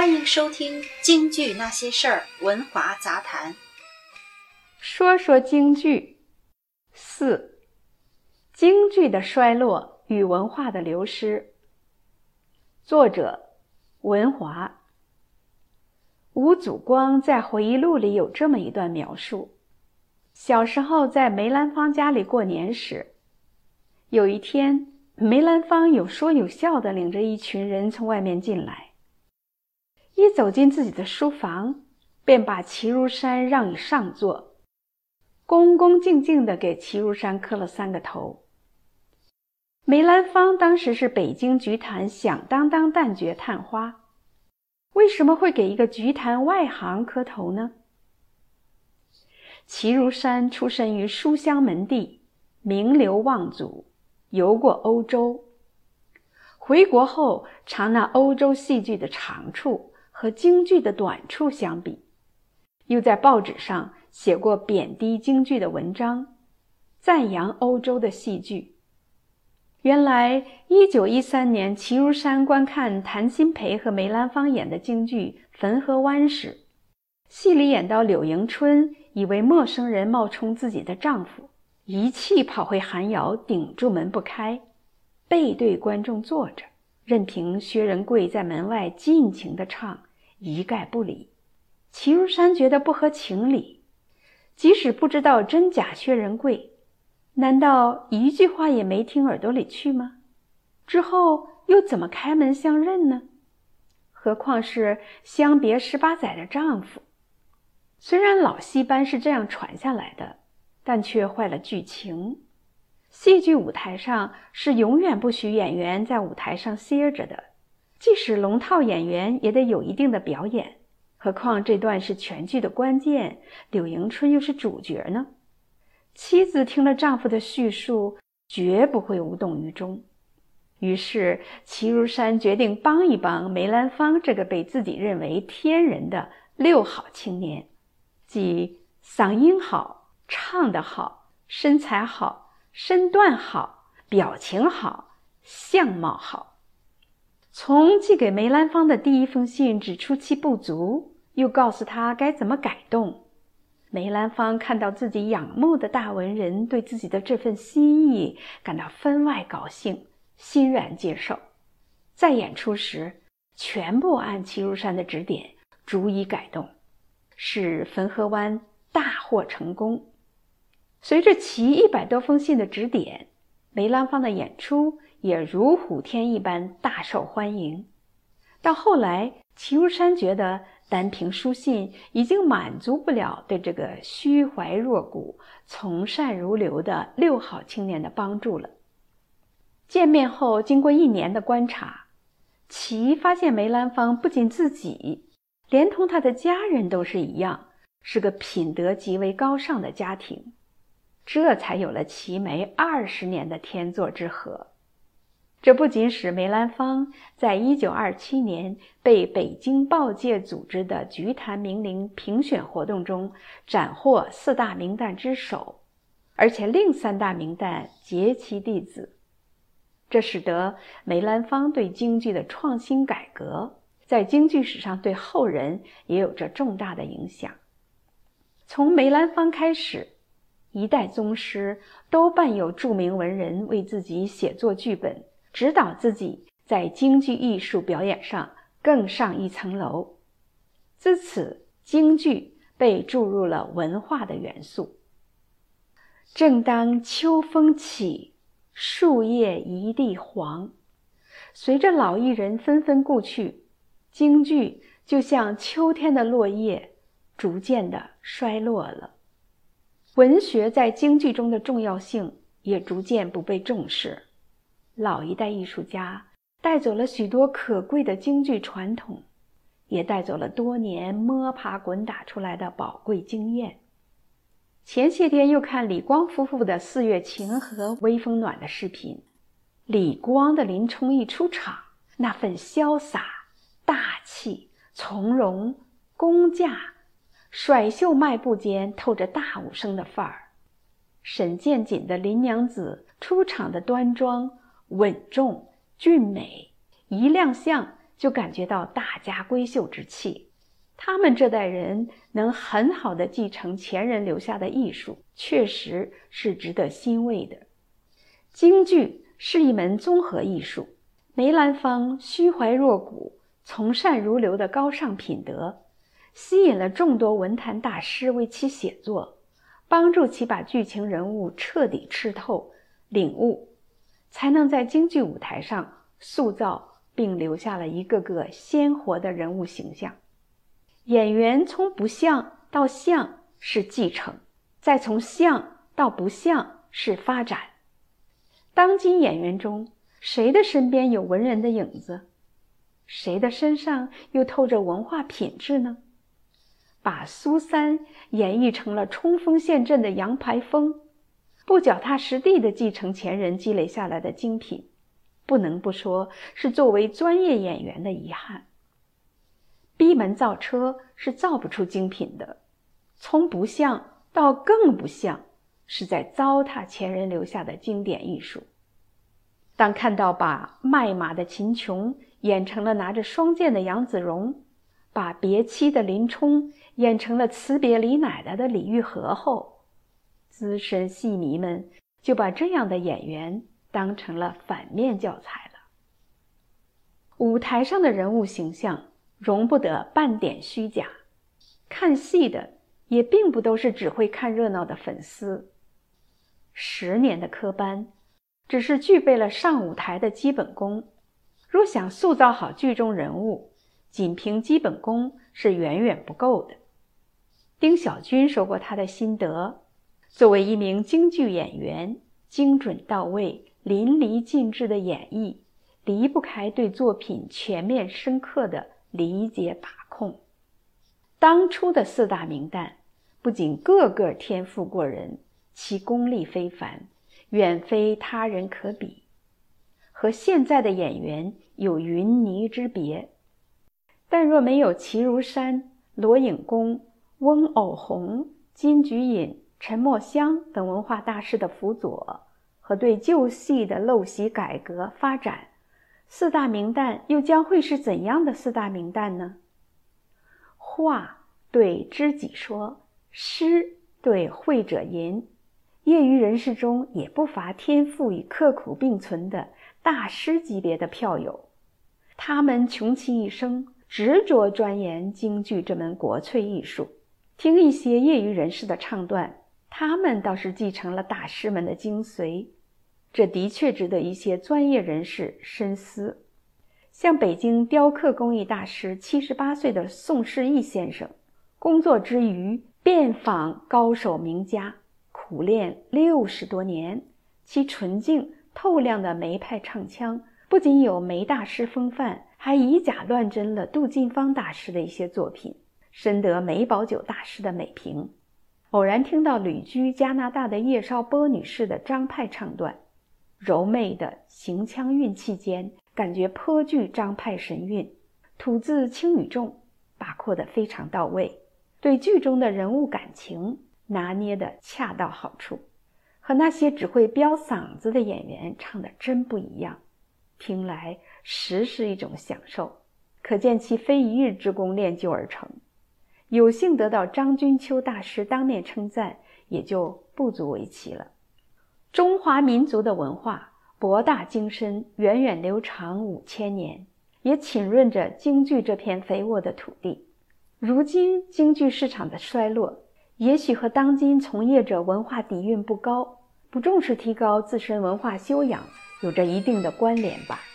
欢迎收听京剧那些事儿文华杂谈。 说说京剧。4. 京剧的衰落与文化的流失。作者文华。吴祖光在回忆录里有这么一段描述：小时候在梅兰芳家里过年时，有一天梅兰芳有说有笑地领着一群人从外面进来，一走进自己的书房，便把齐如山让以上座，恭恭敬敬地给齐如山磕了3个头。梅兰芳当时是北京菊坛响当当旦角探花，为什么会给一个菊坛外行磕头呢？齐如山出身于书香门第，名流望族，游过欧洲，回国后常拿欧洲戏剧的长处和京剧的短处相比，又在报纸上写过贬低京剧的文章，赞扬欧洲的戏剧。原来1913年齐如山观看谭鑫培和梅兰芳演的京剧《汾河湾》时，戏里演到柳迎春以为陌生人冒充自己的丈夫，一气跑回寒窑顶住门不开，背对观众坐着，任凭薛仁贵在门外尽情地唱，一概不理。齐如山觉得不合情理，即使不知道真假薛仁贵，难道一句话也没听耳朵里去吗？之后又怎么开门相认呢？何况是相别18载的丈夫。虽然老戏班是这样传下来的，但却坏了剧情。戏剧舞台上是永远不许演员在舞台上歇着的，即使龙套演员也得有一定的表演，何况这段是全剧的关键，柳迎春又是主角呢。妻子听了丈夫的叙述，绝不会无动于衷。于是齐如山决定帮一帮梅兰芳这个被自己认为天人的6好青年，即嗓音好，唱得好，身材好，身段好，表情好，相貌好。从寄给梅兰芳的第一封信指出其不足，又告诉他该怎么改动。梅兰芳看到自己仰慕的大文人对自己的这份心意，感到分外高兴，欣然接受。在演出时，全部按齐如山的指点逐一改动，使《汾河湾》大获成功。随着其100多封信的指点，梅兰芳的演出也如虎添翼般大受欢迎。到后来，齐如山觉得单凭书信已经满足不了对这个虚怀若谷、从善如流的6好青年的帮助了。见面后，经过1年的观察，齐发现梅兰芳不仅自己，连同他的家人都是一样，是个品德极为高尚的家庭，这才有了齐梅20年的天作之合。这不仅使梅兰芳在1927年被北京报界组织的菊坛名伶评选活动中斩获4大名旦之首，而且另3大名旦结其弟子。这使得梅兰芳对京剧的创新改革，在京剧史上对后人也有着重大的影响。从梅兰芳开始，一代宗师都伴有著名文人为自己写作剧本，指导自己在京剧艺术表演上更上一层楼。自此，京剧被注入了文化的元素。正当秋风起，树叶一地黄，随着老艺人纷纷故去，京剧就像秋天的落叶，逐渐的衰落了。文学在京剧中的重要性也逐渐不被重视。老一代艺术家带走了许多可贵的京剧传统，也带走了多年摸爬滚打出来的宝贵经验。前些天又看李光夫妇的4月情和微风暖的视频，李光的林冲一出场，那份潇洒、大气、从容、工架，甩袖迈步间透着大武生的范儿。沈建锦的林娘子出场的端庄、稳重、俊美，一亮相就感觉到大家闺秀之气。他们这代人能很好地继承前人留下的艺术，确实是值得欣慰的。京剧是一门综合艺术，梅兰芳虚怀若谷、从善如流的高尚品德，吸引了众多文坛大师为其写作，帮助其把剧情人物彻底吃透、领悟，才能在京剧舞台上塑造并留下了一个个鲜活的人物形象。演员从不像到像是继承，再从像到不像是发展。当今演员中，谁的身边有文人的影子？谁的身上又透着文化品质呢？把苏三演绎成了冲锋陷阵的杨排风，不脚踏实地地继承前人积累下来的精品，不能不说是作为专业演员的遗憾。闭门造车是造不出精品的，从不像到更不像，是在糟蹋前人留下的经典艺术。当看到把卖马的秦琼演成了拿着双剑的杨子荣，把别妻的林冲演成了辞别李奶奶的李玉和后，资深戏迷们就把这样的演员当成了反面教材了。舞台上的人物形象容不得半点虚假，看戏的也并不都是只会看热闹的粉丝。10年的科班只是具备了上舞台的基本功，若想塑造好剧中人物，仅凭基本功是远远不够的。丁小军说过他的心得，作为一名京剧演员，精准到位、淋漓尽致的演绎，离不开对作品全面深刻的理解把控。当初的4大名旦不仅个个天赋过人，其功力非凡，远非他人可比，和现在的演员有云泥之别。但若没有齐如山、罗颖公、翁偶虹、金菊隐、陈墨香等文化大师的辅佐和对旧戏的陋习改革发展，4大名旦又将会是怎样的4大名旦呢？话对知己说，诗对会者吟，业余人士中也不乏天赋与刻苦并存的大师级别的票友，他们穷其一生执着钻研京剧这门国粹艺术。听一些业余人士的唱段，他们倒是继承了大师们的精髓，这的确值得一些专业人士深思。像北京雕刻工艺大师78岁的宋世义先生，工作之余遍访高手名家，苦练60多年，其纯净透亮的梅派唱腔不仅有梅大师风范，还以假乱真了杜近芳大师的一些作品，深得梅葆玖大师的美评。偶然听到旅居加拿大的叶绍波女士的张派唱段，柔媚的行腔韵气间感觉颇具张派神韵，吐字轻语重，把控得非常到位，对剧中的人物感情拿捏得恰到好处，和那些只会飙嗓子的演员唱得真不一样，听来实是一种享受，可见其非一日之功练就而成。有幸得到张君秋大师当面称赞，也就不足为奇了。中华民族的文化博大精深，源远流长5000年，也浸润着京剧这片肥沃的土地。如今京剧市场的衰落，也许和当今从业者文化底蕴不高，不重视提高自身文化修养有着一定的关联吧。